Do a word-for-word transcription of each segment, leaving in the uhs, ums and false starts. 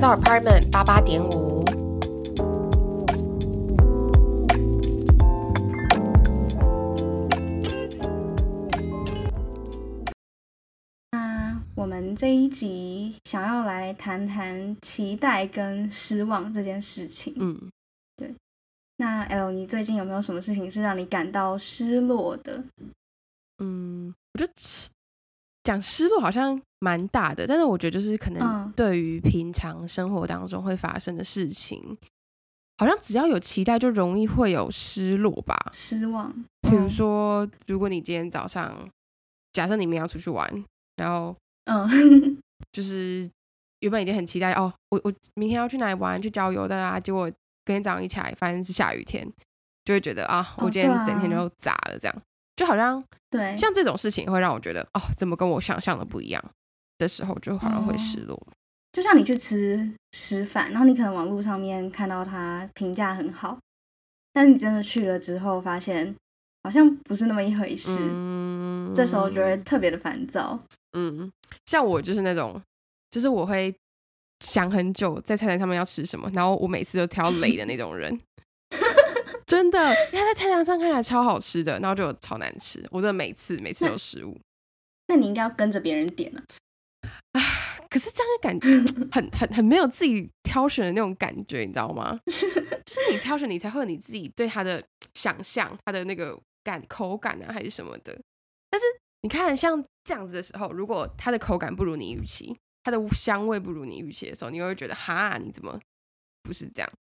到 Apartment 八八点五。 那我们这一集想要来谈谈期待跟失望这件事情。 嗯， 对。那 L， 你最近有没有什么事情是让你感到失落的？ 嗯，我觉得讲失落好像蛮大的，但是我觉得就是可能对于平常生活当中会发生的事情，嗯、好像只要有期待就容易会有失落吧， 失望。 比如说，嗯、如果你今天早上，假设你们要出去玩，然后嗯，就是原本已经很期待哦，我我明天要去哪里玩，去郊游的啊，结果隔天早上一起来，发现是下雨天，就会觉得啊，我今天整天就砸了，这样、哦啊、就好像对，像这种事情会让我觉得哦，怎么跟我想象的不一样的时候，就好像会失落。哦、 就像你去吃吃饭，然后你可能网络上面看到它评价很好，但是你真的去了之后，发现好像不是那么一回事，嗯，这时候就会特别的烦躁。嗯， 像我就是那种，就是我会想很久在菜单上面要吃什么，然后我每次都挑雷的那种人。真的，因为它在菜单上看起来超好吃的，然后就超难吃。我真的每次每次有失误。 那你应该要跟着别人点啊。 可是这样的感觉很很很没有自己挑选的那种感觉，你知道吗？就是你挑选，你才会有你自己对它的想象，它的那个感口感啊，还是什么的。但是你看，像这样子的时候，如果它的口感不如你预期，它的香味不如你预期的时候，你会觉得哈，你怎么不是这样？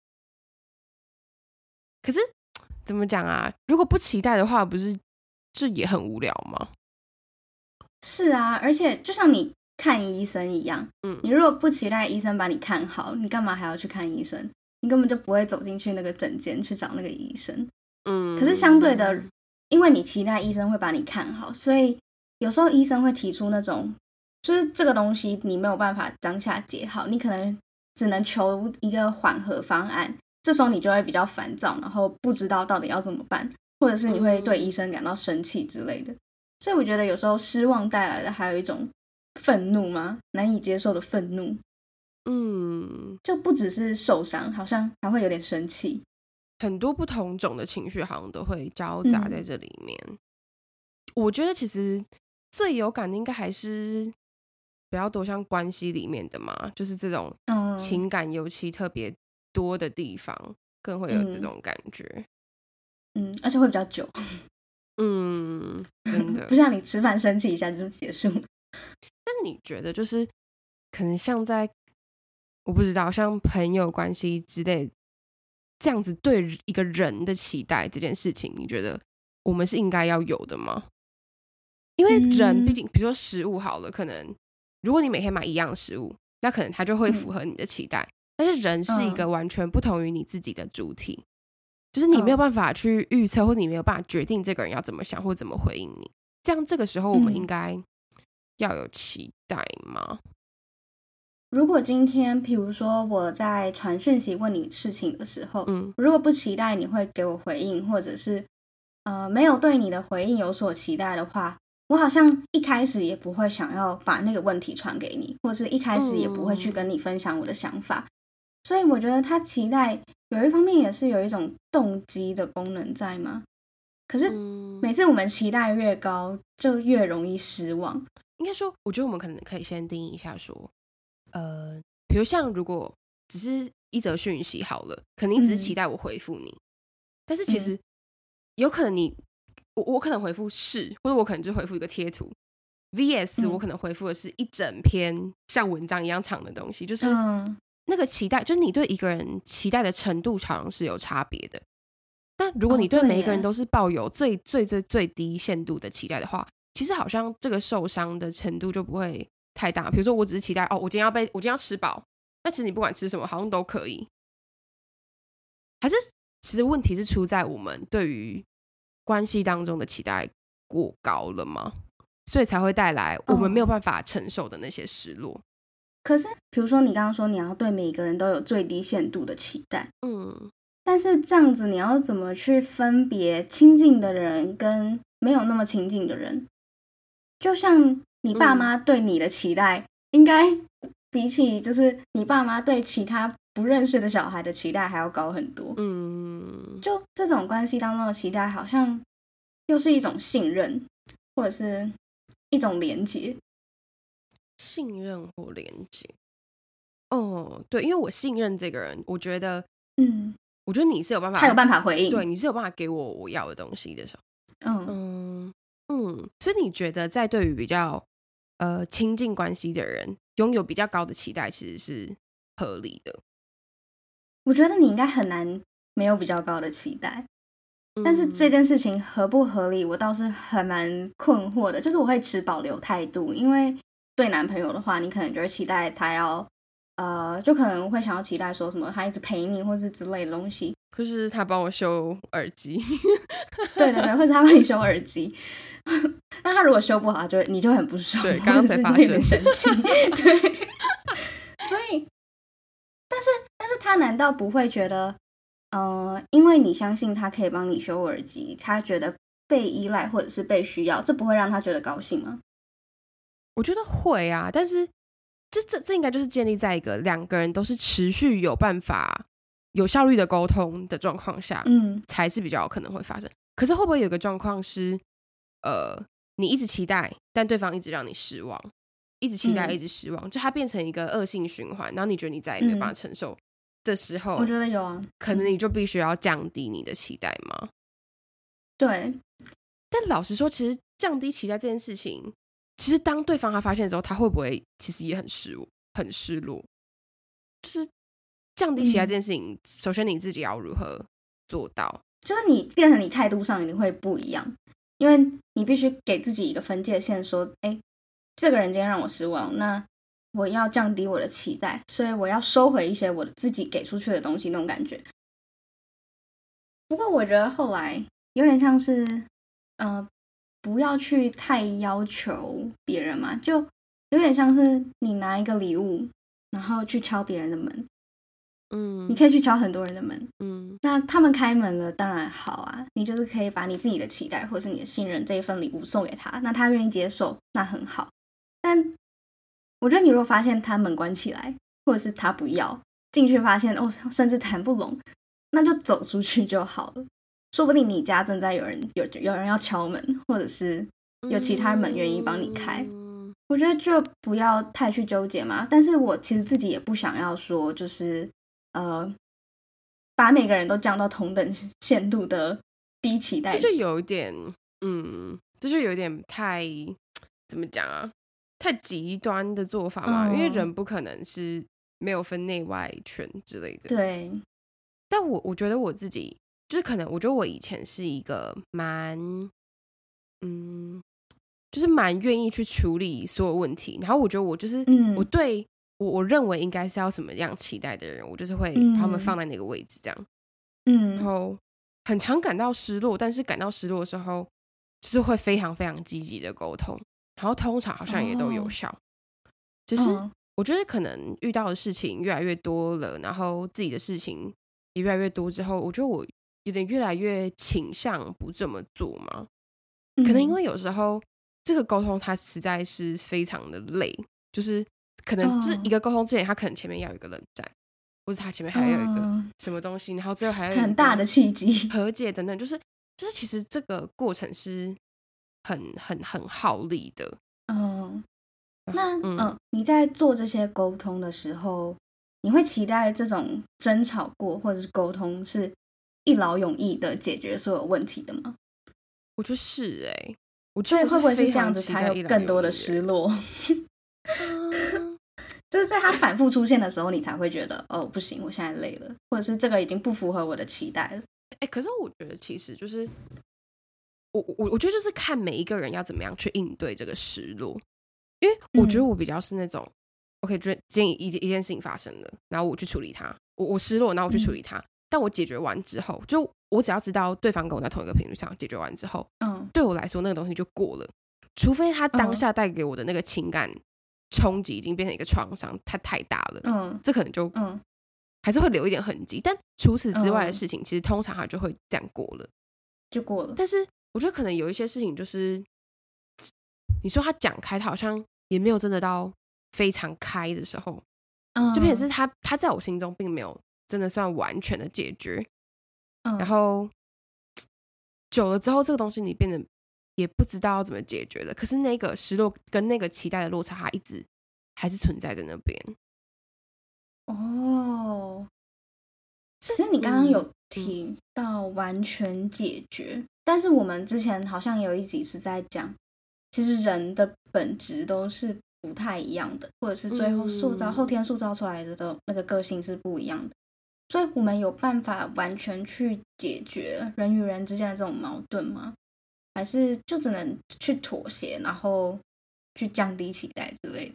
可是怎么讲啊？如果不期待的话，不是就也很无聊吗？ 是啊，而且就像你看医生一样，嗯，你如果不期待医生把你看好，你干嘛还要去看医生？你根本就不会走进去那个诊间去找那个医生。嗯，可是相对的，因为你期待医生会把你看好，所以有时候医生会提出那种，就是这个东西你没有办法当下解好，你可能只能求一个缓和方案。这时候你就会比较烦躁，然后不知道到底要怎么办，或者是你会对医生感到生气之类的。所以我觉得有时候失望带来的还有一种愤怒吗？难以接受的愤怒。嗯，就不只是受伤，好像还会有点生气。 很多不同种的情绪好像都会交杂在这里面。嗯、我觉得其实最有感的应该还是比较多像关系里面的嘛，就是这种情感尤其特别多的地方更会有这种感觉。 嗯，而且会比较久。 嗯，真的不像你吃饭生气一下就结束。 但是你觉得就是可能像在我不知道像朋友关系之类这样子对一个人的期待这件事情，你觉得我们是应该要有的吗？因为人毕竟比如说食物好了，可能如果你每天买一样食物，那可能它就会符合你的期待。嗯、但是人是一个完全不同于你自己的主体。嗯，就是你没有办法去预测，或者你没有办法决定这个人要怎么想或怎么回应你。这样这个时候我们应该要有期待吗？嗯、 如果今天比如说我在传讯息问你事情的时候，嗯，如果不期待你会给我回应，或者是呃没有对你的回应有所期待的话，我好像一开始也不会想要把那个问题传给你，或者是一开始也不会去跟你分享我的想法。嗯、所以我觉得他期待有一方面也是有一种动机的功能在吗？可是每次我们期待越高，就越容易失望。 应该说，我觉得我们可能可以先定义一下说，呃，比如像如果只是一则讯息好了，肯定只是期待我回复你，嗯、但是其实有可能你我我可能回复是，或者我可能就回复一个贴图 V S 我可能回复的是一整篇像文章一样长的东西，就是那个期待，就是你对一个人期待的程度好像是有差别的。但如果你对每一个人都是抱有最最最最低限度的期待的话，其实好像这个受伤的程度就不会太大。比如说我只是期待哦，我今天要被我今天要吃饱，那其实你不管吃什么好像都可以。还是其实问题是出在我们对于关系当中的期待过高了吗？所以才会带来我们没有办法承受的那些失落。哦、 可是比如说你刚刚说你要对每一个人都有最低限度的期待，嗯。但是这样子你要怎么去分别亲近的人跟没有那么亲近的人？就像你爸妈对你的期待，嗯、应该比起就是你爸妈对其他不认识的小孩的期待还要高很多。 嗯， 就这种关系当中的期待，好像又是一种信任，或者是一种连结。 信任或连结。哦，对，因为我信任这个人，我觉得， 嗯， 我觉得你是有办法， 他有办法回应， 对，你是有办法给我我要的东西的时候。 嗯嗯嗯，所以你觉得在对于比较呃亲近关系的人，拥有比较高的期待，其实是合理的？ 我觉得你应该很难没有比较高的期待， 嗯、 但是这件事情合不合理，我倒是很蛮困惑的。就是我会持保留态度，因为对男朋友的话，你可能就会期待他要。呃，就可能会想要期待说什么他一直陪你或是之类的东西， 可是他帮我修耳机， 对对对，或者他帮你修耳机，那他如果修不好，就你就很不爽， 对，刚刚才发现， 生气，对，所以，但是但是他难道不会觉得，呃，因为你相信他可以帮你修耳机，他觉得被依赖或者是被需要，这不会让他觉得高兴吗？ 我觉得会啊，但是。这这这应该就是建立在一个两个人都是持续有办法、有效率的沟通的状况下，嗯，才是比较有可能会发生。可是会不会有个状况是，呃，你一直期待，但对方一直让你失望，一直期待，嗯、一直失望，就它变成一个恶性循环，然后你觉得你再也没有办法承受的时候， 我觉得有啊， 可能你就必须要降低你的期待吗？ 对， 但老实说，其实降低期待这件事情。其实当对方他发现的时候，他会不会其实也很失落很失落？就是降低期待这件事情，嗯、首先你自己要如何做到？ 就是你变成你态度上一定会不一样，因为你必须给自己一个分界线，说，哎，这个人今天让我失望，那我要降低我的期待，所以我要收回一些我自己给出去的东西，那种感觉。不过我觉得后来有点像是，嗯、呃。不要去太要求别人嘛，就有点像是你拿一个礼物，然后去敲别人的门，嗯，你可以去敲很多人的门，嗯，那他们开门了，当然好啊，你就是可以把你自己的期待或者是你的信任这一份礼物送给他，那他愿意接受，那很好。但我觉得你如果发现他门关起来，或者是他不要进去，发现哦，甚至谈不拢，那就走出去就好了。说不定你家正在有人有有人要敲门，或者是有其他门愿意帮你开，嗯、我觉得就不要太去纠结嘛。但是我其实自己也不想要说，就是呃，把每个人都降到同等限度的低期待值， 这就有一点，嗯，这就有点太怎么讲啊？太极端的做法嘛，嗯、因为人不可能是没有分内外权之类的。 对， 但我我觉得我自己。就是可能，我觉得我以前是一个蛮，嗯，就是蛮愿意去处理所有问题。然后我觉得我就是，嗯、我对我我认为应该是要什么样期待的人，我就是会把他们放在那个位置这样。嗯，然后很常感到失落，但是感到失落的时候，就是会非常非常积极的沟通，然后通常好像也都有效。哦、只是我觉得可能遇到的事情越来越多了，然后自己的事情也越来越多之后，我觉得我。有点越来越倾向不这么做嘛，嗯、可能因为有时候这个沟通它实在是非常的累，就是可能就是一个沟通之前，他可能前面要有一个冷战，或者他前面还要有一个什么东西，然后最后还要有很大的契机和解等等，就是就是其实这个过程是很很很耗力的。 嗯，那嗯、呃，你在做这些沟通的时候，你会期待这种争吵过或者是沟通是一劳永逸的解决所有问题的吗？ 我觉得是哎、欸，我觉得会不会是这样子才有更多的失落？嗯、就是在他反复出现的时候，你才会觉得哦不行，我现在累了，或者是这个已经不符合我的期待了。 哎、欸，可是我觉得其实就是我我我觉得就是看每一个人要怎么样去应对这个失落，因为我觉得我比较是那种、嗯、OK， 就今天一一件事情发生了，然后我去处理它，我我失落，然后我去处理它。嗯，但我解决完之后，就我只要知道对方跟我在同一个频率上，解决完之后，嗯，对我来说那个东西就过了。除非他当下带给我的那个情感冲击已经变成一个创伤，它太大了，嗯，这可能就嗯还是会留一点痕迹。但除此之外的事情，嗯、其实通常它就会这样过了， 就过了。 但是我觉得可能有一些事情，就是你说他讲开，他好像也没有真的到非常开的时候， 嗯， 就变成是他他在我心中并没有真的算完全的解决， 嗯， 然后久了之后，这个东西你变得也不知道要怎么解决了。可是那个失落跟那个期待的落差，它一直还是存在在那边。 哦，可是你刚刚有提到完全解决，嗯、但是我们之前好像有一集是在讲，其实人的本质都是不太一样的，或者是最后塑造、嗯、后天塑造出来的都那个个性是不一样的，所以我们有办法完全去解决人与人之间的这种矛盾吗？还是就只能去妥协，然后去降低期待之类的？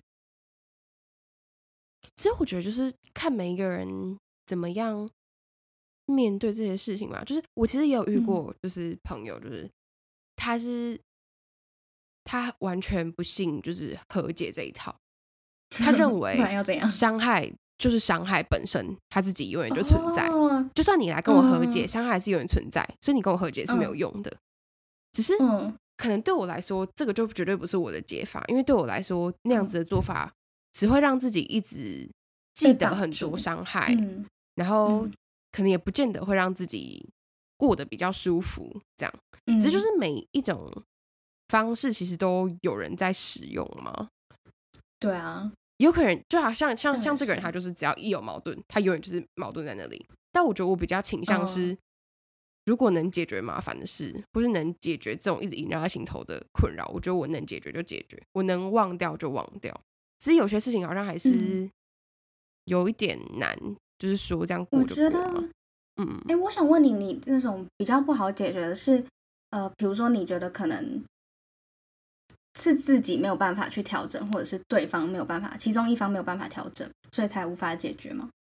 其实我觉得就是看每一个人怎么样面对这些事情嘛。就是我其实也有遇过，就是朋友，就是他是他完全不信就是和解这一套，他认为伤害就是伤害本身，他自己永远就存在。哦、就算你来跟我和解，伤、嗯、害还是永远存在，所以你跟我和解是没有用的。嗯、只是可能对我来说，这个就绝对不是我的解法，因为对我来说，那样子的做法只会让自己一直记得很多伤害，嗯、然后可能也不见得会让自己过得比较舒服。这样，嗯、只是就是每一种方式其实都有人在使用嘛。 对啊， 有可能就好像像像这个人，他就是只要一有矛盾，他永远就是矛盾在那里。但我觉得我比较倾向是，哦、如果能解决麻烦的事，或是能解决这种一直萦绕在心头的困扰，我觉得我能解决就解决，我能忘掉就忘掉。只是有些事情好像还是有一点难，嗯、就是说这样过就过嘛。 嗯，哎、欸，我想问你，你那种比较不好解决的是，呃，比如说你觉得可能是自己没有办法去调整，或者是对方没有办法，其中一方没有办法调整，所以才无法解决吗？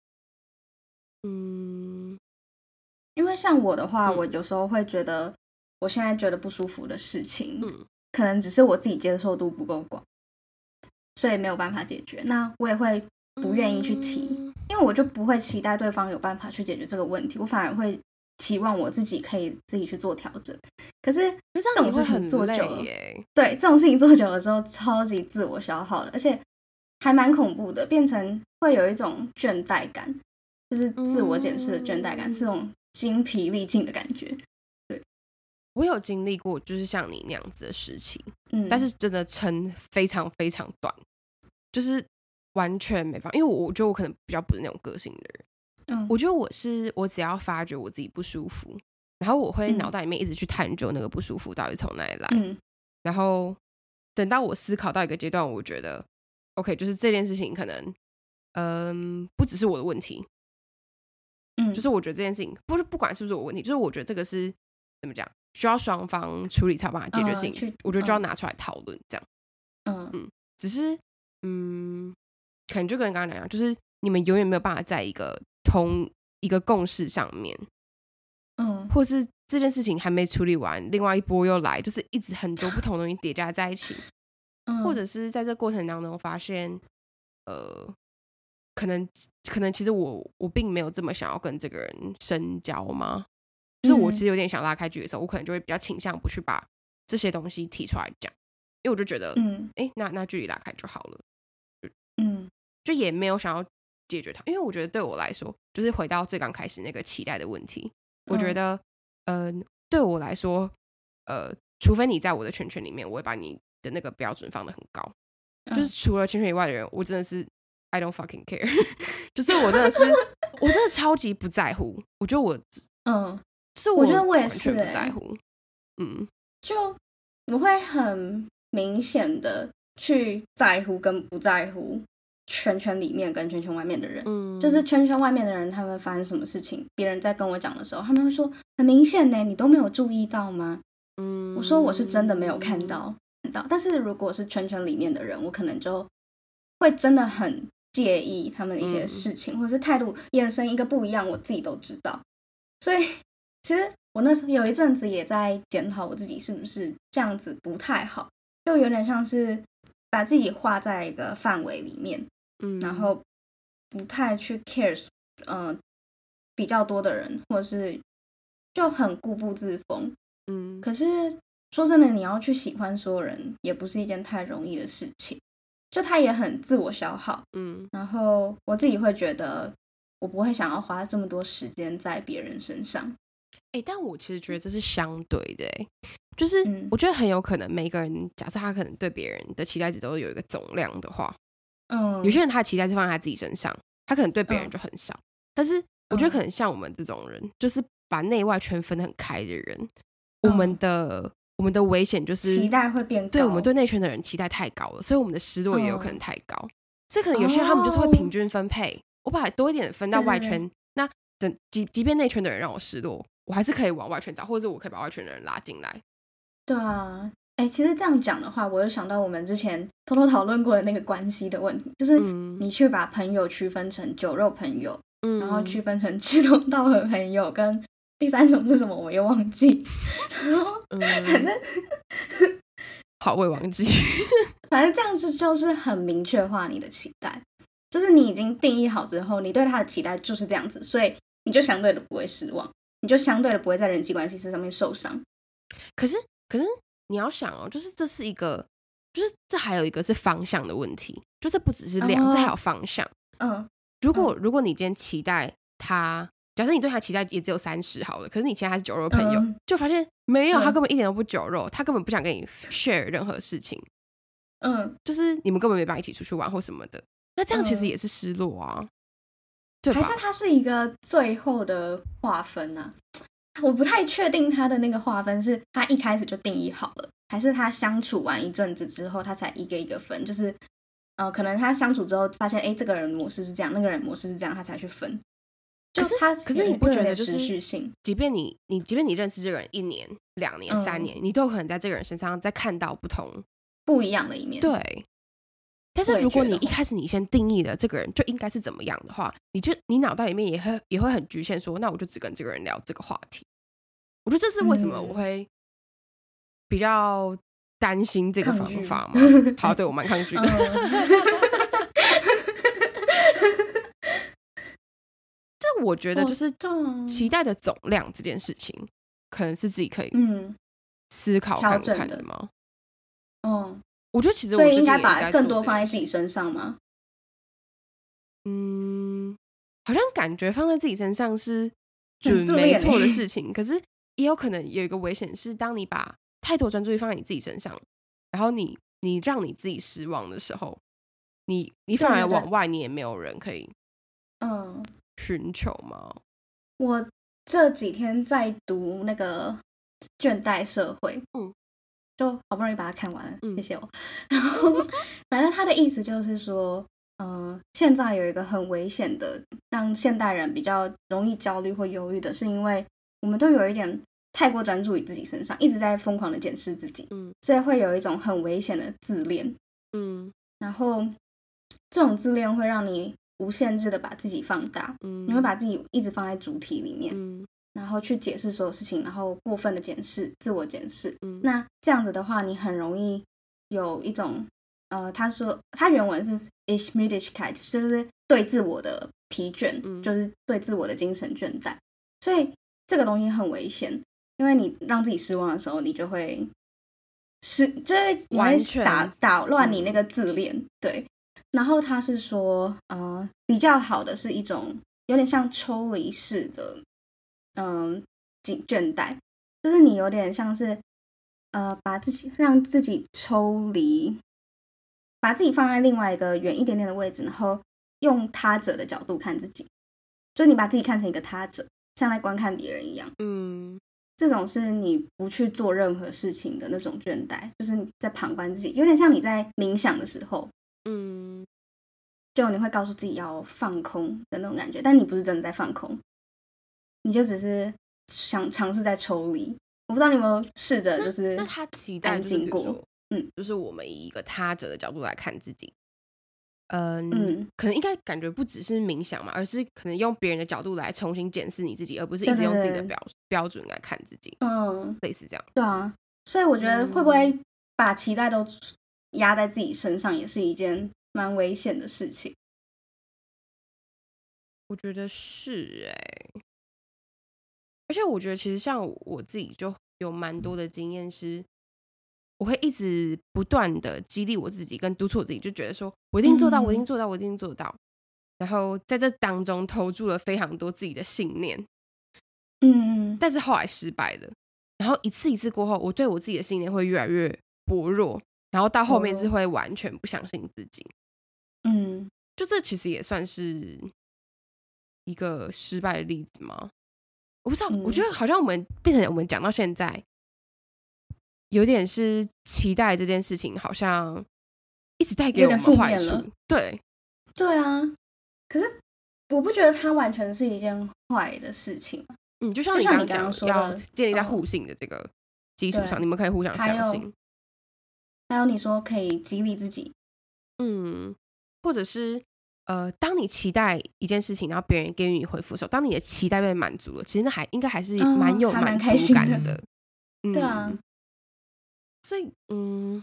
嗯， 因为像我的话，嗯、我有时候会觉得，我现在觉得不舒服的事情，嗯、可能只是我自己接受度不够广，所以没有办法解决。那我也会不愿意去提，嗯、因为我就不会期待对方有办法去解决这个问题，我反而会期望我自己可以自己去做调整。可是这种事情做久了，对，这种事情做久了之后，超级自我消耗的，而且还蛮恐怖的，变成会有一种倦怠感，就是自我检视的倦怠感，嗯、是这种精疲力尽的感觉。对， 我有经历过，就是像你那样子的事情，嗯，但是真的撑非常非常短，就是完全没法，因为我我觉得我可能比较不是那种个性的人。嗯，我觉得我是我只要发觉我自己不舒服，然后我会脑袋里面一直去探究那个不舒服到底从哪里来，嗯、然后等到我思考到一个阶段，我觉得 OK， 就是这件事情可能嗯、呃、不只是我的问题，嗯，就是我觉得这件事情不是不管是不是我的问题，就是我觉得这个是怎么讲，需要双方处理才有办法解决事情，呃、我觉得就要拿出来讨论这样。嗯嗯，只是嗯，可能就跟刚刚讲一样，就是你们永远没有办法在一个同一个共识上面，嗯，或是这件事情还没处理完，另外一波又来，就是一直很多不同的东西叠加在一起，嗯，或者是在这过程当中发现，呃，可能可能其实我我并没有这么想要跟这个人深交吗？就是我其实有点想拉开距离的时候，我可能就会比较倾向不去把这些东西提出来讲，因为我就觉得，嗯，哎，那那距离拉开就好了，嗯，就也没有想要解决它，因为我觉得对我来说，就是回到最刚开始那个期待的问题，我觉得，嗯、呃，对我来说，呃，除非你在我的圈圈里面，我会把你的那个标准放得很高，嗯、就是除了圈圈以外的人，我真的是 I don't fucking care， 就是我真的是，我真的超级不在乎，我觉得我，嗯，就是我觉得我也是、欸、完全不在乎，嗯， 就我会很明显的去在乎跟不在乎圈圈里面跟圈圈外面的人，嗯，就是圈圈外面的人他们发生什么事情，别人在跟我讲的时候，他们会说很明显呢，你都没有注意到吗？嗯，我说我是真的没有看到，看到，但是如果是圈圈里面的人，我可能就会真的很介意他们的一些事情，嗯、或者是态度、眼神一个不一样，我自己都知道。所以其实我那时候有一阵子也在检讨我自己是不是这样子不太好，就有点像是把自己画在一个范围里面，嗯，然后不太去 care， 呃，比较多的人，或者是就很固步自封，嗯。可是说真的，你要去喜欢所有人，也不是一件太容易的事情。 就它也很自我消耗。嗯，然后我自己会觉得我不会想要花这么多时间在别人身上。 哎、欸，但我其实觉得这是相对的、欸，就是我觉得很有可能每个人，假设他可能对别人的期待值都有一个总量的话，嗯，有些人他的期待是放在他自己身上，他可能对别人就很少。嗯、但是我觉得可能像我们这种人，就是把内外圈分得很开的人，嗯、我们的我们的危险就是期待会变高， 对我们对内圈的人期待太高了，所以我们的失落也有可能太高。嗯、所以可能有些人他们就是会平均分配，哦、我把多一点分到外圈，对对对，那等即即便内圈的人让我失落，我还是可以往外圈找，或者我可以把外圈的人拉进来。 对啊，哎、欸，其实这样讲的话，我又想到我们之前偷偷讨论过的那个关系的问题，就是你去把朋友区分成酒肉朋友，嗯、然后区分成志同道合朋友，跟第三种是什么我又忘记，然后反正、 嗯、好，我也忘记， 反正这样子就是很明确化你的期待，就是你已经定义好之后，你对他的期待就是这样子，所以你就相对的不会失望，你就相对的不会在人际关系上面受伤。 可是。可是你要想哦，就是这是一个，就是这还有一个是方向的问题，就这不只是量，哦、这还有方向。嗯，如果、嗯、如果你今天期待他，假设你对他期待也只有三十好了，可是你期待他是酒肉朋友，嗯、就发现没有，他根本一点都不酒肉，他根本不想跟你 share 任何事情。嗯，就是你们根本没办法一起出去玩或什么的，那这样其实也是失落啊，嗯、对吧？ 还是它是一个最后的划分啊？我不太确定他的那个划分是他一开始就定义好了，还是他相处完一阵子之后他才一个一个分，就是呃，可能他相处之后发现哎，这个人模式是这样，那个人模式是这样，他才去分。 可是他可是你不觉得就是持续性， 即便你你即便你认识这个人一年、两年、嗯、三年，你都有可能在这个人身上再看到不同不一样的一面。 对。但是如果你一开始你先定义了这个人就应该是怎么样的话，你就你脑袋里面也会也会很局限说，那我就只跟这个人聊这个话题。我觉得这是为什么我会比较担心这个方法嘛。好，对，我蛮抗拒的。这我觉得就是期待的总量这件事情，可能是自己可以思考看看的吗？嗯，我觉得其实我所以应该把更多放在自己身上吗？ 嗯，好像感觉放在自己身上是准没错的事情，可是也有可能有一个危险是，当你把太多专注力放在你自己身上，然后你你让你自己失望的时候，你你反而往外，你也没有人可以嗯寻求吗？ 我这几天在读那个倦怠社会，嗯，就好不容易把它看完了，嗯、谢谢我。然后反正他的意思就是说，嗯、呃，现在有一个很危险的，让现代人比较容易焦虑或忧郁的，是因为我们都有一点太过专注于自己身上，一直在疯狂的检视自己，嗯，所以会有一种很危险的自恋，嗯，然后这种自恋会让你无限制的把自己放大，嗯，你会把自己一直放在主体里面，嗯，然后去解释所有事情，然后过分的检视、自我检视，嗯，那这样子的话，你很容易有一种，呃，他说他原文是 Ich müdigkeit， 就是对自我的疲倦，嗯，就是对自我的精神倦怠，所以这个东西很危险。因为你让自己失望的时候，你就会失，就是你会打打乱你那个自恋，嗯、对。然后他是说，呃，比较好的是一种有点像抽离式的，嗯、呃，倦怠，就是你有点像是，呃，把自己让自己抽离，把自己放在另外一个远一点点的位置，然后用他者的角度看自己，就你把自己看成一个他者，像在观看别人一样，嗯。这种是你不去做任何事情的那种倦怠，就是你在旁观自己，有点像你在冥想的时候，嗯，就你会告诉自己要放空的那种感觉，但你不是真的在放空，你就只是想尝试在抽离。我不知道你有没有试着就是那他期待就是比如说，嗯，就是我们以一个他者的角度来看自己。嗯, 嗯，可能应该感觉不只是冥想嘛，而是可能用别人的角度来重新检视你自己，而不是一直用自己的标对对对标准来看自己。嗯，类似这样。 对啊，所以我觉得会不会把期待都压在自己身上，也是一件蛮危险的事情。 我觉得是哎、欸，而且我觉得其实像我自己就有蛮多的经验是， 我会一直不断的激励我自己跟督促我自己，就觉得说我一定做到、嗯、我一定做到我一定做到，然后在这当中投注了非常多自己的信念， 嗯， 但是后来失败了，然后一次一次过后，我对我自己的信念会越来越薄弱，然后到后面是会完全不相信自己。 嗯， 就这其实也算是一个失败的例子吗？我不知道、嗯、我觉得好像我们变成我们讲到现在有点是期待这件事情好像一直带给我们坏处。对对啊，可是我不觉得它完全是一件坏的事情。 嗯，就像你刚刚讲说要建立在互信的这个基础上、哦、你们可以互相相信。 还有你说可以激励自己， 嗯，或者是呃，当你期待一件事情，然后别人给予你回复的时候，当你的期待被满足了，其实那还应该还是蛮有满足感的。 的嗯、对啊， 所以嗯，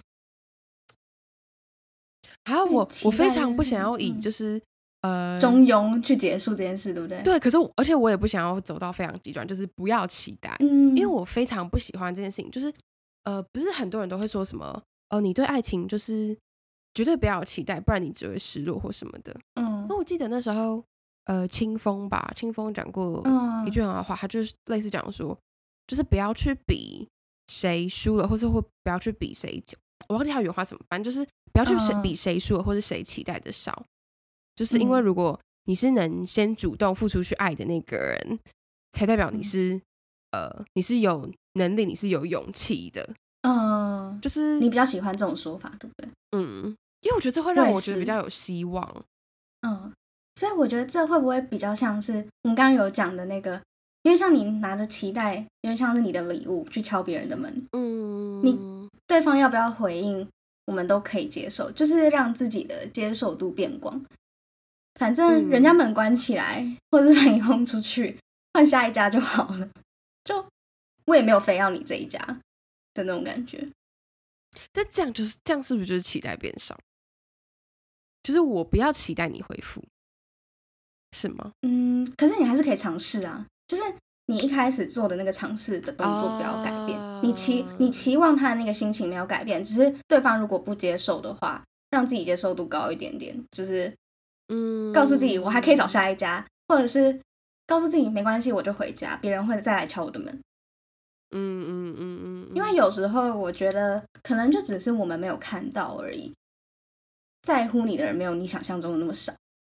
还有我我非常不想要以就是、嗯、呃中庸去结束这件事，对不对？ 对，可是而且我也不想要走到非常极端，就是不要期待， 嗯， 因为我非常不喜欢这件事情，就是呃，不是很多人都会说什么哦、呃，你对爱情就是绝对不要有期待，不然你只会失落或什么的。 嗯， 那我记得那时候呃，清风吧，清风讲过一句很好的话，他就是类似讲说，就是不要去比谁输了，或是会不要去比谁，我忘记他原话怎么办，就是不要去比谁输了，或是谁期待的少，就是因为如果你是能先主动付出去爱的那个人，才代表你是、嗯、呃，你是有能力，你是有勇气的。 嗯， 就是你比较喜欢这种说法，对不对？ 嗯，因为我觉得这会让我觉得比较有希望。 嗯，所以我觉得这会不会比较像是我们刚刚有讲的那个，因为像你拿着期待，因为像是你的礼物去敲别人的门， 嗯， 你对方要不要回应，我们都可以接受，就是让自己的接受度变广。反正人家门关起来，嗯、或者是把你轰出去，换下一家就好了。就我也没有非要你这一家的那种感觉。 但这样就是这样，是不是就是期待变少？就是我不要期待你回复，是吗？ 嗯，可是你还是可以尝试啊。就是你一开始做的那个尝试的动作不要改变，啊、你期你期望他的那个心情没有改变，只是对方如果不接受的话，让自己接受度高一点点，就是嗯，告诉自己我还可以找下一家，或者是告诉自己没关系，我就回家，别人会再来敲我的门。 嗯嗯嗯嗯， 因为有时候我觉得可能就只是我们没有看到而已，在乎你的人没有你想象中的那么少。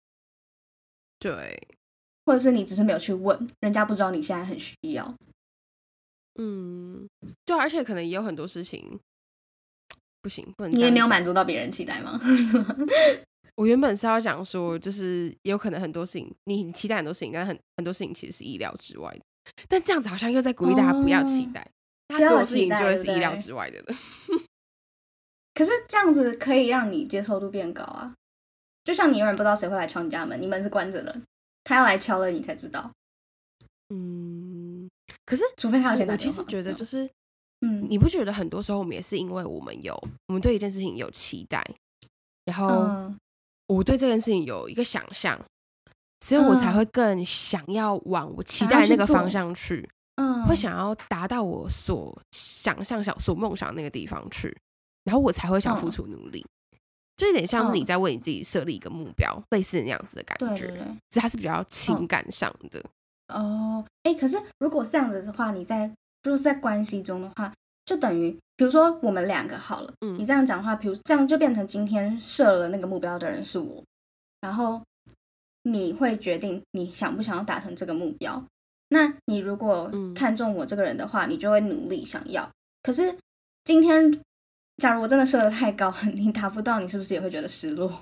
对， 或者是你只是没有去问，人家不知道你现在很需要。 嗯，对，而且可能也有很多事情不行，不能你也没有满足到别人期待吗？ 我原本是要讲说，就是也有可能很多事情你期待很多事情，但很很多事情其实是意料之外的。但这样子好像又在鼓励大家不要期待，那、哦、所有事情就会是意料之外的了。 可是这样子可以让你接受度变高啊！就像你永远不知道谁会来敲你家门，你门是关着的，他要来敲了你才知道。 嗯，可是除非他有先打电话。 我其实觉得就是，嗯，你不觉得很多时候我们也是因为我们有我们对一件事情有期待，然后、嗯、我对这件事情有一个想象。所以我才会更想要往我期待的那个方向去，嗯，会想要达到我所想象、想所梦想的那个地方去，然后我才会想付出努力，嗯、就有点像是你在为你自己设立一个目标，嗯、类似那样子的感觉。对对对，只是它是比较情感上的。 哦，哎、欸，可是如果是这样子的话，你在如果是在关系中的话，就等于比如说我们两个好了，嗯，你这样讲的话，比如这样就变成今天设了那个目标的人是我，然后。你会决定你想不想要达成这个目标，那你如果看中我这个人的话、嗯、你就会努力想要。可是今天假如我真的设得太高，你达不到，你是不是也会觉得失落？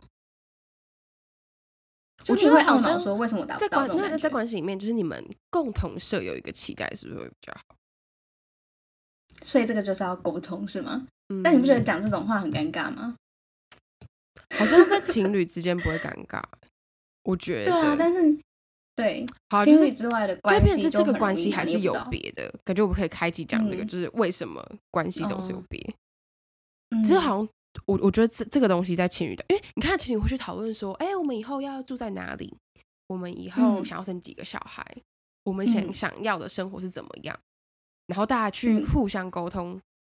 我觉得会懊恼说为什么我达不到。 那在关系里面，就是你们共同设有一个期待，是不是会比较好？ 所以这个就是要沟通，是吗？嗯、但你不觉得讲这种话很尴尬吗？ 好像在情侣之间不会尴尬。我觉得对啊，但是对好情侣之外的关系， 就变成是这个关系还是有别的，感觉我们可以开启讲这个、嗯，就是为什么关系总是有别。嗯、只是好像我我觉得这这个东西在情侣的，因为你看情侣会去讨论说，哎、欸，我们以后要住在哪里？我们以后想要生几个小孩？嗯、我们想想要的生活是怎么样？然后大家去互相沟通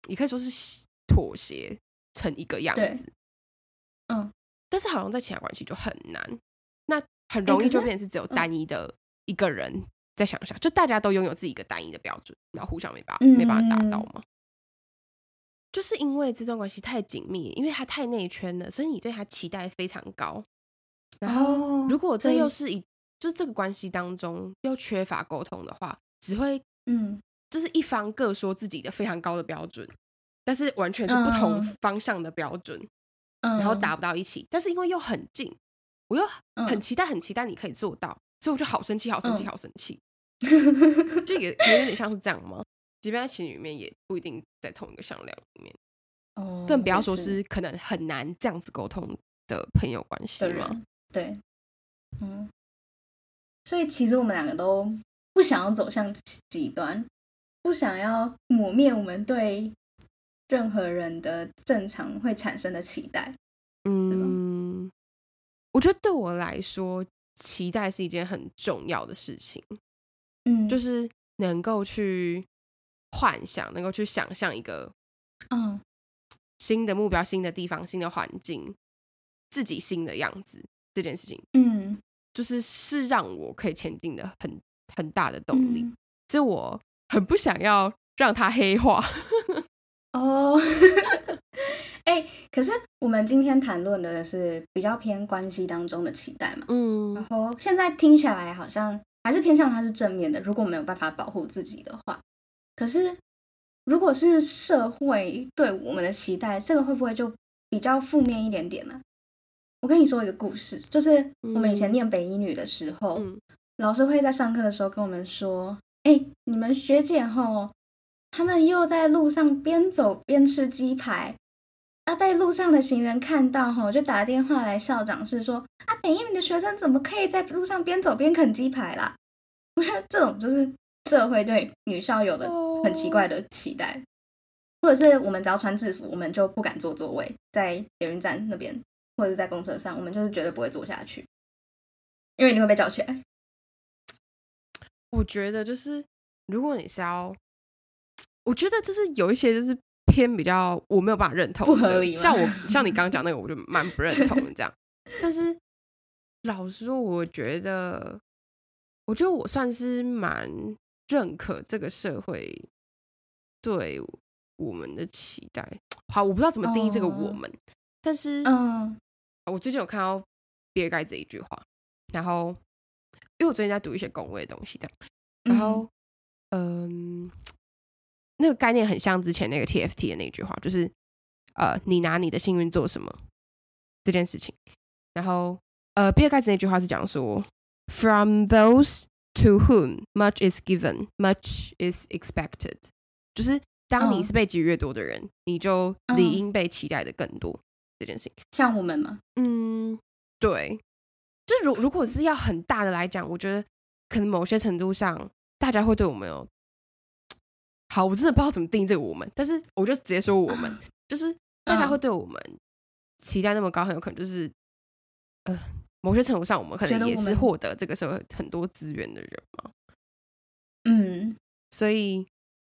也可以说是妥协成一个样子， 嗯， 但是好像在其他关系就很难，那很容易就变成是只有单一的一个人在想象，就大家都拥有自己一个单一的标准，然后互相没办法、嗯、没办法达到嘛。就是因为这段关系太紧密，因为他太内圈了，所以你对他期待非常高。然后如果这又是一、哦、就是这个关系当中又缺乏沟通的话，只会嗯，就是一方各说自己的非常高的标准，但是完全是不同方向的标准，嗯、然后达不到一起。但是因为又很近，我又很期待很期待你可以做到，所以我就好生气好生气好生气，嗯、就也也有点像是这样吗？即便在情侣里面也不一定在同一个向量里面，哦，更不要说是可能很难这样子沟通的朋友关系嘛。 对，嗯，所以其实我们两个都不想要走向极端，不想要抹灭我们对任何人的正常会产生的期待。 嗯，我觉得对我来说，期待是一件很重要的事情。嗯，就是能够去幻想，能够去想象一个嗯新的目标、新的地方、新的环境，自己新的样子，这件事情，嗯，就是是让我可以前进的很很大的动力，嗯、所以我很不想要让它黑化。 哦，哎、欸，可是我们今天谈论的是比较偏关系当中的期待嘛，嗯，然后现在听下来好像还是偏向它是正面的，如果没有办法保护自己的话，可是如果是社会对我们的期待，这个会不会就比较负面一点点呢、啊？我跟你说一个故事，就是我们以前念北一女的时候，嗯、老师会在上课的时候跟我们说，哎、欸，你们学姐齁，他们又在路上边走边吃鸡排，啊，被路上的行人看到齁，就打电话来校长室说，啊，北一女的学生怎么可以在路上边走边啃鸡排啦？我觉得这种就是社会对女校友的很奇怪的期待，或者是我们只要穿制服，我们就不敢坐座位，在捷运站那边。或者在公车上，我们就是绝对不会坐下去，因为你会被叫起来。 我觉得就是，如果你是要，我觉得就是有一些就是偏比较我没有办法认同的， 不合理吗？ 像我像你刚刚讲那个，我就蛮不认同的这样。但是老实说，我觉得，我觉得我算是蛮认可这个社会对我们的期待。好，我不知道怎么定义这个我们，哦、但是嗯。我最近有看到比尔盖茨一句话，然后因为我最近在读一些公卫的东西，这样，然后嗯、呃，那个概念很像之前那个 T F T 的那句话，就是呃，你拿你的幸运做什么这件事情。然后呃，比尔盖茨那句话是讲说 ，From those to whom much is given, much is expected， 就是当你是被给予越多的人，嗯、你就理应被期待的更多。这件事情像我们吗？ 嗯，对，就如如果是要很大的来讲，我觉得可能某些程度上，大家会对我们有好，我真的不知道怎么定义这个我们，但是我就直接说我们，啊、就是大家会对我们期待那么高，很有可能就是呃，某些程度上，我们可能也是获得这个社会很多资源的人嘛。嗯，所以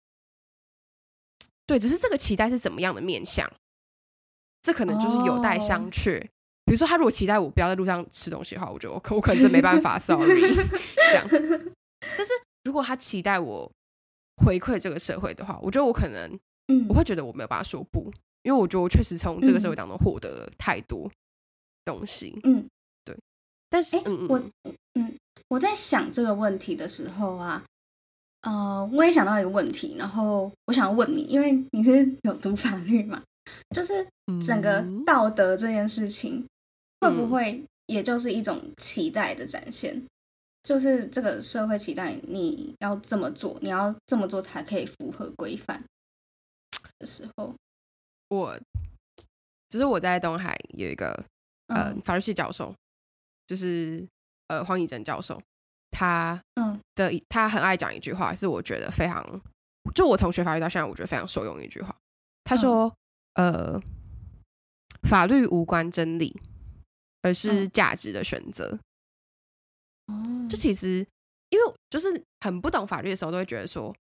对，只是这个期待是怎么样的面向？这可能就是有待商榷。Oh. 比如说，他如果期待我不要在路上吃东西的话，我就我可我可能真没办法，sorry 这样。但是如果他期待我回馈这个社会的话，我觉得我可能，嗯，我会觉得我没有办法说不，因为我觉得我确实从这个社会当中获得了太多东西。嗯，对。但是，嗯我嗯我在想这个问题的时候啊，呃，我也想到一个问题，然后我想要问你，因为你是有读法律嘛。就是整个道德这件事情，会不会也就是一种期待的展现？嗯、就是这个社会期待你要这么做，你要这么做才可以符合规范的时候， 我只是我在东海有一个呃、嗯、法律系教授，就是呃黄以真教授，他的、嗯、他很爱讲一句话，是我觉得非常，就我从学法律到现在，我觉得非常受用的一句话。他说。嗯呃，法律无关真理，而是价值的选择。哦，就其实，因为就是很不懂法律的时候，都会觉得说，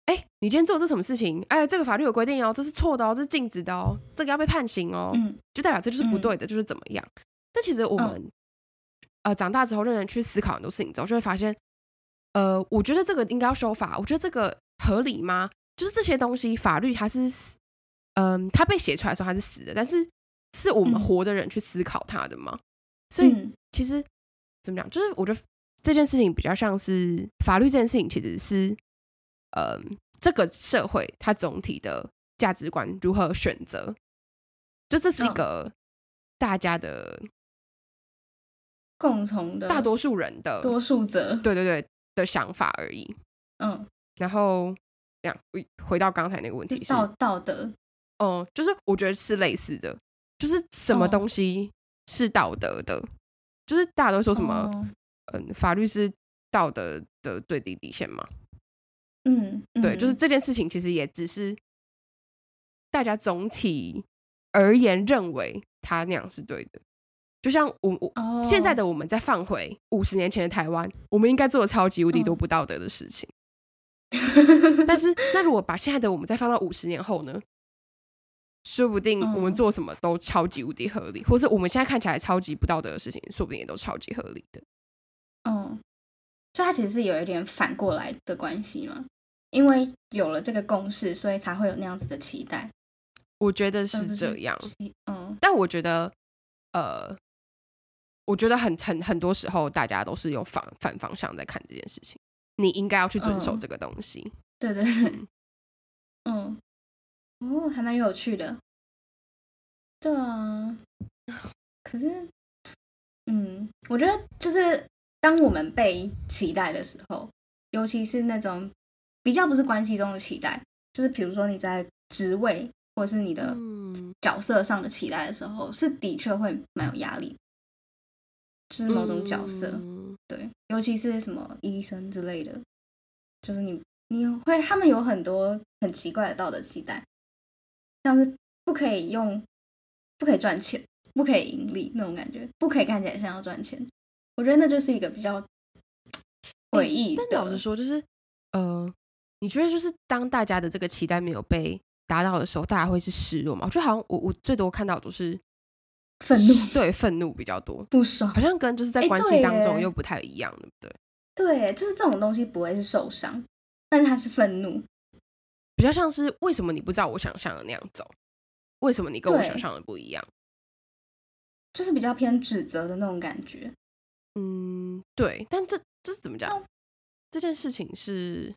哎、欸，你今天做这什么事情？哎、欸，这个法律有规定哦，这是错的哦，这是禁止的哦，这个要被判刑哦，嗯，就代表这就是不对的，嗯、就是怎么样？但其实我们、嗯、呃长大之后，认真去思考很多事情之后，就会发现，呃，我觉得这个应该要修法，我觉得这个合理吗？就是这些东西，法律它是，嗯、呃，它被写出来的时候它是死的，但是是我们活的人去思考它的嘛。嗯、所以其实怎么讲，就是我觉得这件事情比较像是法律这件事情，其实是。呃，这个社会它总体的价值观如何选择，就这是一个大家的、哦、 共同的、 大多数人的多数者， 对对对的想法而已。嗯，然后这样回到刚才那个问题是道道德， 哦、嗯，就是我觉得是类似的，就是什么东西是道德的，哦、就是大家都说什么，嗯、哦呃，法律是道德的最低底线嘛。 嗯， 对，就是这件事情其实也只是大家总体而言认为他那样是对的，就像我我、哦、现在的我们再放回五十年前的台湾，我们应该做的超级无敌多不道德的事情。嗯、但是那如果把现在的我们再放到五十年后呢？说不定我们做什么都超级无敌合理，嗯、或是我们现在看起来超级不道德的事情，说不定也都超级合理的。 嗯，所以它其实是有一点反过来的关系嘛。因为有了这个共识，所以才会有那样子的期待。 我觉得是这样，嗯，但我觉得，呃，我觉得很很很多时候，大家都是用反反方向在看这件事情。你应该要去遵守这个东西。 嗯、对对对，嗯，哦，还蛮有趣的。对啊，可是，嗯，我觉得就是当我们被期待的时候，尤其是那种。比较不是关系中的期待，就是比如说你在职位或者是你的角色上的期待的时候，嗯、是的确会蛮有压力，就是某种角色，嗯、对，尤其是什么医生之类的，就是你你会他们有很多很奇怪的道德期待，像是不可以用，不可以赚钱，不可以盈利那种感觉，不可以看起来像要赚钱，我觉得那就是一个比较诡异的。 欸、但老实说，就是呃。你觉得就是当大家的这个期待没有被达到的时候，大家会是失落吗？我觉得好像我我最多看到的都是愤怒， 对，愤怒比较多， 不爽， 好像跟就是在关系当中又不太一样，对不对？ 对，就是这种东西不会是受伤，但是它是愤怒， 比较像是为什么你不知道我想象的那样走？为什么你跟我想象的不一样？ 就是比较偏指责的那种感觉。 嗯，对，但这这是怎么讲？哦、这件事情是。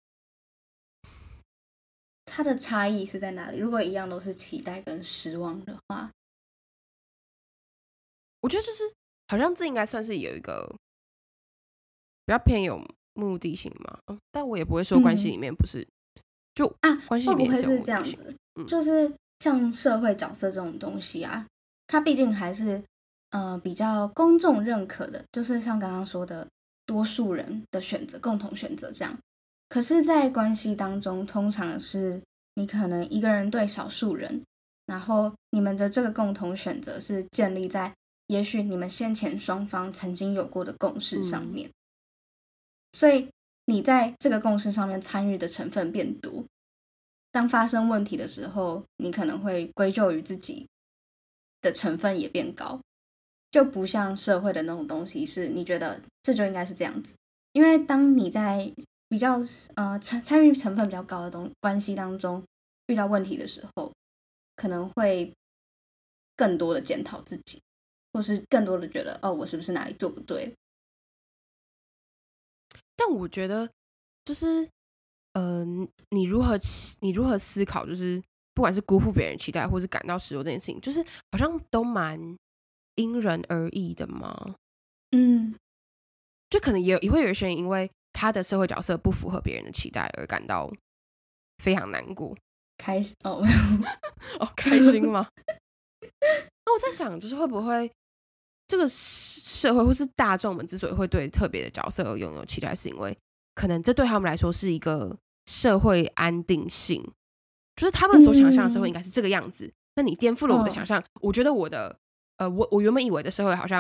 它的差异是在哪里？如果一样都是期待跟失望的话， 我觉得就是好像这应该算是有一个比较偏有目的性嘛，嗯、但我也不会说关系里面不是、嗯、就啊，关系里面会不会是这样子？嗯、就是像社会角色这种东西啊，它毕竟还是呃比较公众认可的，就是像刚刚说的多数人的选择、共同选择这样。可是，在关系当中，通常是你可能一个人对少数人，然后你们的这个共同选择是建立在也许你们先前双方曾经有过的共识上面，嗯、所以你在这个共识上面参与的成分变多。当发生问题的时候，你可能会归咎于自己的成分也变高，就不像社会的那种东西是你觉得这就应该是这样子，因为当你在比较呃参参与成分比较高的东关系当中遇到问题的时候，可能会更多的检讨自己，或是更多的觉得哦，我是不是哪里做不对？ 但我觉得就是呃，你如何你如何思考，就是不管是辜负别人期待，或是感到失落这件事情，就是好像都蛮因人而异的嘛。嗯，就可能也也会有一些人因为他的社会角色不符合别人的期待而感到非常难过。 开心哦， 哦，开心吗？那我在想，就是会不会这个社会或是大众们之所以会对特别的角色而拥有期待，是因为可能这对他们来说是一个社会安定性，就是他们所想象的社会应该是这个样子。嗯、那你颠覆了我的想象，哦、我觉得我的呃，我我原本以为的社会好像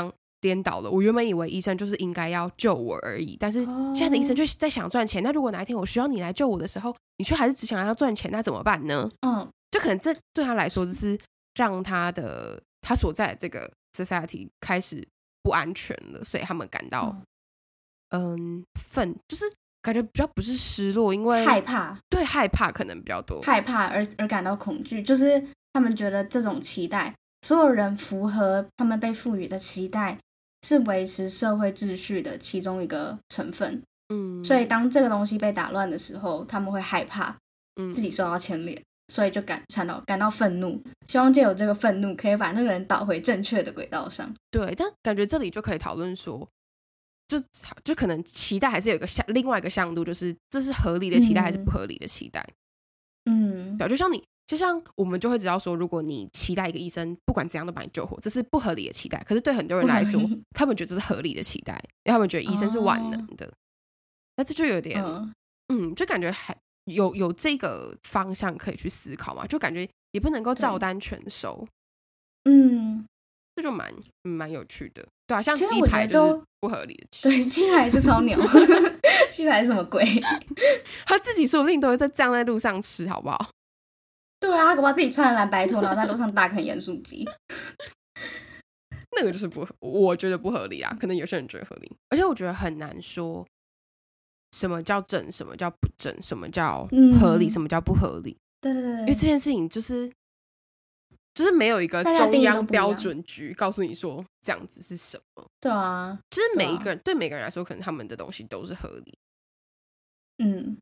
颠倒了。我原本以为医生就是应该要救我而已，但是现在的医生就在想赚钱。那如果哪一天我需要你来救我的时候，你却还是只想要赚钱，那怎么办呢？嗯，就可能这对他来说就是让他的他所在的这个 society 开始不安全了，所以他们感到嗯愤，就是感觉比较不是失落，因为害怕， 对，害怕可能比较多， 害怕而而感到恐惧，就是他们觉得这种期待，所有人符合他们被赋予的期待，是维持社会秩序的其中一个成分。嗯，所以当这个东西被打乱的时候，他们会害怕自己受到牵连，嗯、所以就感感到感到愤怒，希望借由这个愤怒可以把那个人导回正确的轨道上。 对，但感觉这里就可以讨论说，就就可能期待还是有一个向另外一个向度，就是这是合理的期待还是不合理的期待。嗯，对，就像你。就像我们就会知道说，如果你期待一个医生不管怎样都把你救活，这是不合理的期待。可是对很多人来说，他们觉得这是合理的期待，因为他们觉得医生是万能的。哦、那这就有点，嗯, 嗯，就感觉还有有这个方向可以去思考嘛，就感觉也不能够照单全收。嗯，这就蛮蛮有趣的，对啊，像鸡排就是不合理的期待， 对，鸡排是超牛，鸡排是什么鬼？ 他自己说不定都会在这样在路上吃，好不好？ 对啊，他搞不好自己穿了蓝白拖，然后在路上大啃盐酥鸡， 那个就是不，我觉得不合理啊。可能有些人觉得合理，而且我觉得很难说什么叫正，什么叫不正，什么叫合理，嗯、什么叫不合理。 对对对， 因为这件事情就是就是没有一个中央标准局告诉你说这样子是什么。 对啊， 就是每一个人 对,、啊、对每个人来说，可能他们的东西都是合理。嗯。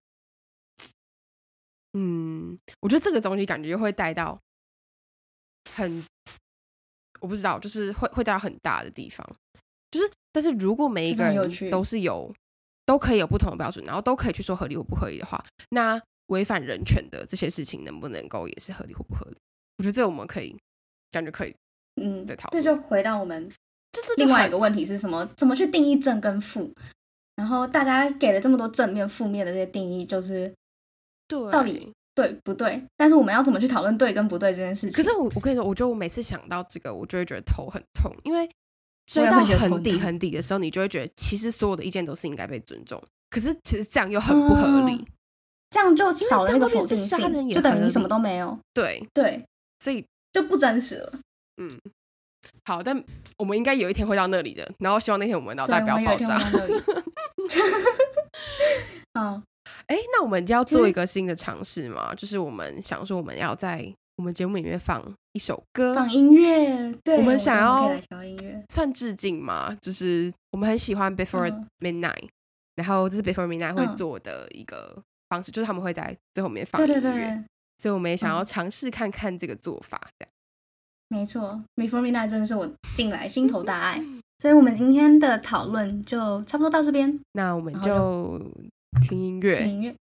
嗯，我觉得这个东西感觉会带到很，我不知道，就是会会带到很大的地方。就是，但是如果每一个人都是有都可以有不同的标准，然后都可以去说合理或不合理的话，那违反人权的这些事情能不能够也是合理或不合理？我觉得这我们可以感觉可以，嗯，再讨论。 这就回到我们就是另外一个问题是什么？怎么去定义正跟负？然后大家给了这么多正面、负面的这些定义，就是对到底。对不对？但是我们要怎么去讨论对跟不对这件事情？ 可是我我跟你说，我觉得我每次想到这个，我就会觉得头很痛，因为追到很底很底的时候，你就会觉得其实所有的意见都是应该被尊重。可是其实这样又很不合理，嗯、 这样就少了那个否定性，就等于你什么都没有。 对对， 所以就不真实了。 嗯，好，但我们应该有一天会到那里的，然后希望那天我们脑袋不要爆炸。 嗯。 哎，那我们就要做一个新的尝试嘛、嗯、就是我们想说我们要在我们节目里面放一首歌， 放音乐。对， 我们想要音乐算致敬嘛，就是我们很喜欢 Before Midnight、嗯、然后这是 Before Midnight 会做的一个方式、嗯、就是他们会在最后面放音乐，对对对，所以我们也想要尝试看看这个做法、嗯、 没错， Before Midnight 真的是我近来心头大爱所以我们今天的讨论就差不多到这边， 那我们就听音乐， 听音乐，